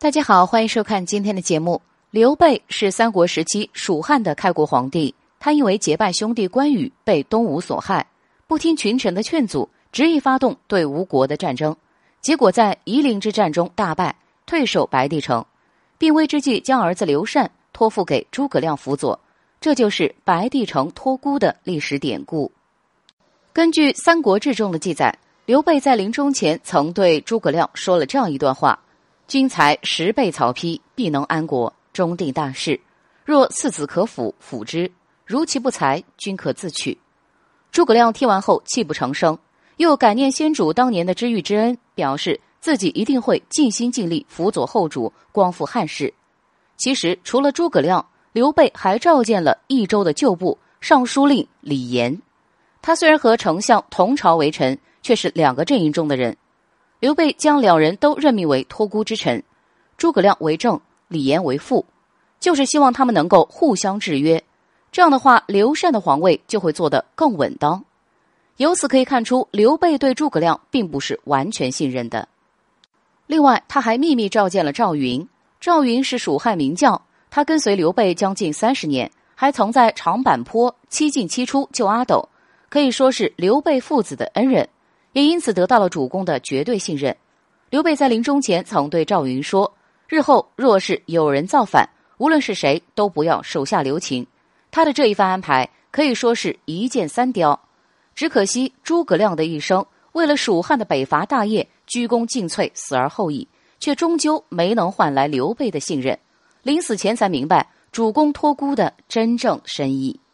大家好，欢迎收看今天的节目。刘备是三国时期蜀汉的开国皇帝，他因为结拜兄弟关羽被东吴所害，不听群臣的劝阻，执意发动对吴国的战争，结果在夷陵之战中大败，退守白帝城，病危之际将儿子刘禅托付给诸葛亮辅佐，这就是白帝城托孤的历史典故。根据《三国志》中的记载，刘备在临终前曾对诸葛亮说了这样一段话：君才10倍曹丕，必能安国，终定大事。若四子可辅，辅之；如其不才，君可自取。诸葛亮听完后泣不成声，又感念先主当年的知遇之恩，表示自己一定会尽心尽力辅佐后主，光复汉室。其实除了诸葛亮，刘备还召见了益州的旧部尚书令李严。他虽然和丞相同朝为臣，却是两个阵营中的人。刘备将两人都任命为托孤之臣，诸葛亮为正，李严为副，就是希望他们能够互相制约。这样的话，刘禅的皇位就会做得更稳当。由此可以看出，刘备对诸葛亮并不是完全信任的。另外，他还秘密召见了赵云。赵云是蜀汉名将，他跟随刘备将近30年，还曾在长坂坡7进7出救阿斗，可以说是刘备父子的恩人，也因此得到了主公的绝对信任。刘备在临终前曾对赵云说，日后若是有人造反，无论是谁都不要手下留情。他的这一番安排可以说是一箭3雕。只可惜诸葛亮的一生为了蜀汉的北伐大业鞠躬尽瘁，死而后已，却终究没能换来刘备的信任。临死前才明白主公托孤的真正深意。